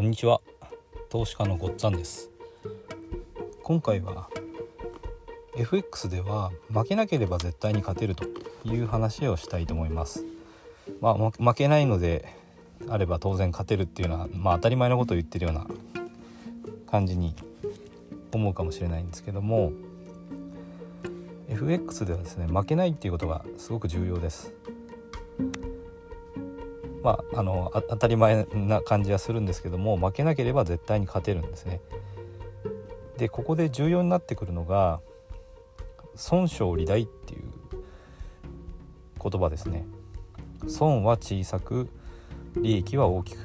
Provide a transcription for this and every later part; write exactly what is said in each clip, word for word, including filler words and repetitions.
んにちは。投資家のごっつぁんです。今回は エフエックス では負けなければ絶対に勝てるという話をしたいと思います。まあ、負けないのであれば当然勝てるっていうのは、まあ、当たり前のことを言ってるような感じに思うかもしれないんですけども、 エフエックス ではですね、負けないっていうことがすごく重要です。まあ、あのあ当たり前な感じはするんですけども、負けなければ絶対に勝てるんですね。でここで重要になってくるのが損傷利大っていう言葉ですね。損は小さく利益は大きく。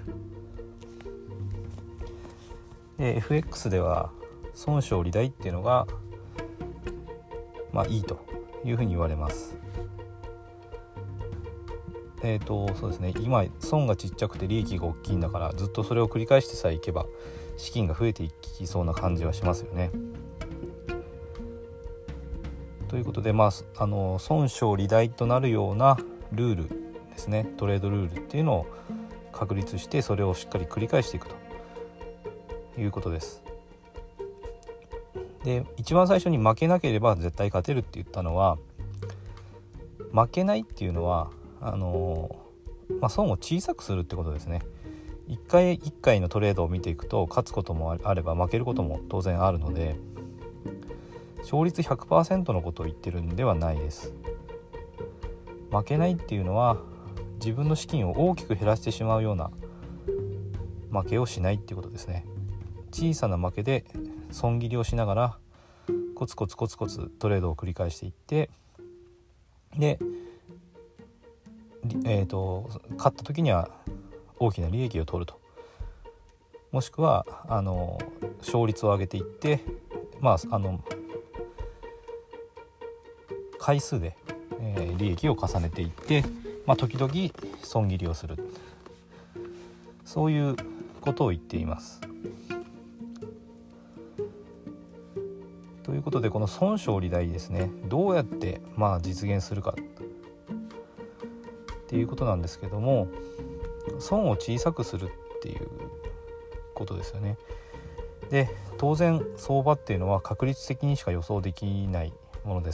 で エフエックス では損傷利大っていうのがまあいいというふうに言われます。えーとそうですね、今損がちっちゃくて利益が大きいんだから、ずっとそれを繰り返してさえいけば資金が増えていきそうな感じはしますよね。ということで、まあ、あの損傷利大となるようなルールですね、トレードルールっていうのを確立して、それをしっかり繰り返していくということです。で一番最初に負けなければ絶対勝てるって言ったのは、負けないっていうのはあのまあ、損を小さくするってことですね。一回一回のトレードを見ていくと、勝つこともあれば負けることも当然あるので、勝率 ひゃくパーセント のことを言ってるんではないです。負けないっていうのは自分の資金を大きく減らしてしまうような負けをしないっていうことですね。小さな負けで損切りをしながらコツコツコツコツトレードを繰り返していって、でえーと、勝った時には大きな利益を取ると、もしくはあの勝率を上げていって、まあ、あの回数で、えー、利益を重ねていって、まあ、時々損切りをする、そういうことを言っています。ということで、この損傷利大ですね、どうやって、まあ、実現するかっていうことなんですけども、損を小さくするっていうことですよね。で当然相場っていうのは確率的にしか予想できないものです。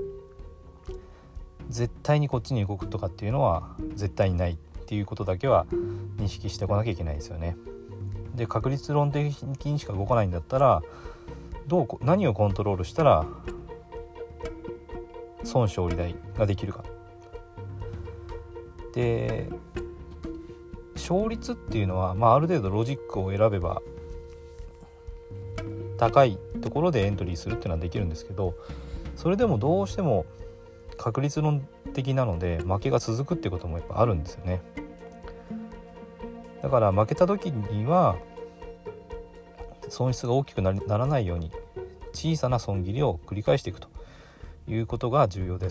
絶対にこっちに動くとかっていうのは絶対にないっていうことだけは認識してこなきゃいけないですよね。で確率論的にしか動かないんだったら、どう何をコントロールしたら損傷利大ができるか。で勝率っていうのは、まあ、ある程度ロジックを選べば高いところでエントリーするっていうのはできるんですけど、それでもどうしても確率論的なので負けが続くっていうこともやっぱあるんですよね。だから負けた時には損失が大きくならないように小さな損切りを繰り返していくということが重要です。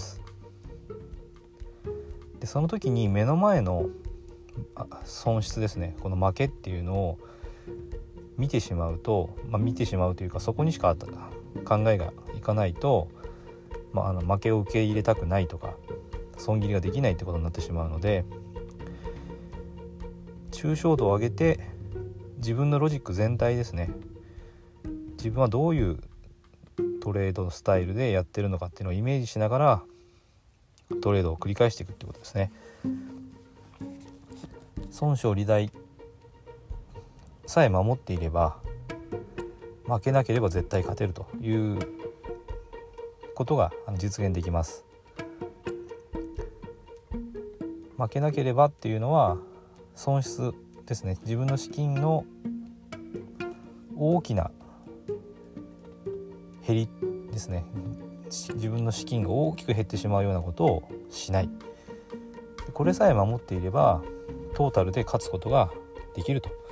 でその時に目の前の損失ですね、この負けっていうのを見てしまうと、まあ、見てしまうというか、そこにしか考えがいかないと、まあ、あの負けを受け入れたくないとか損切りができないってことになってしまうので、抽象度を上げて自分のロジック全体ですね、自分はどういうトレードスタイルでやってるのかっていうのをイメージしながらトレードを繰り返していくってことですね。損傷利大さえ守っていれば負けなければ絶対勝てるということが実現できます。負けなければっていうのは損失ですね、自分の資金の大きな減りですね、自分の資金が大きく減ってしまうようなことをしない、これさえ守っていればトータルで勝つことができると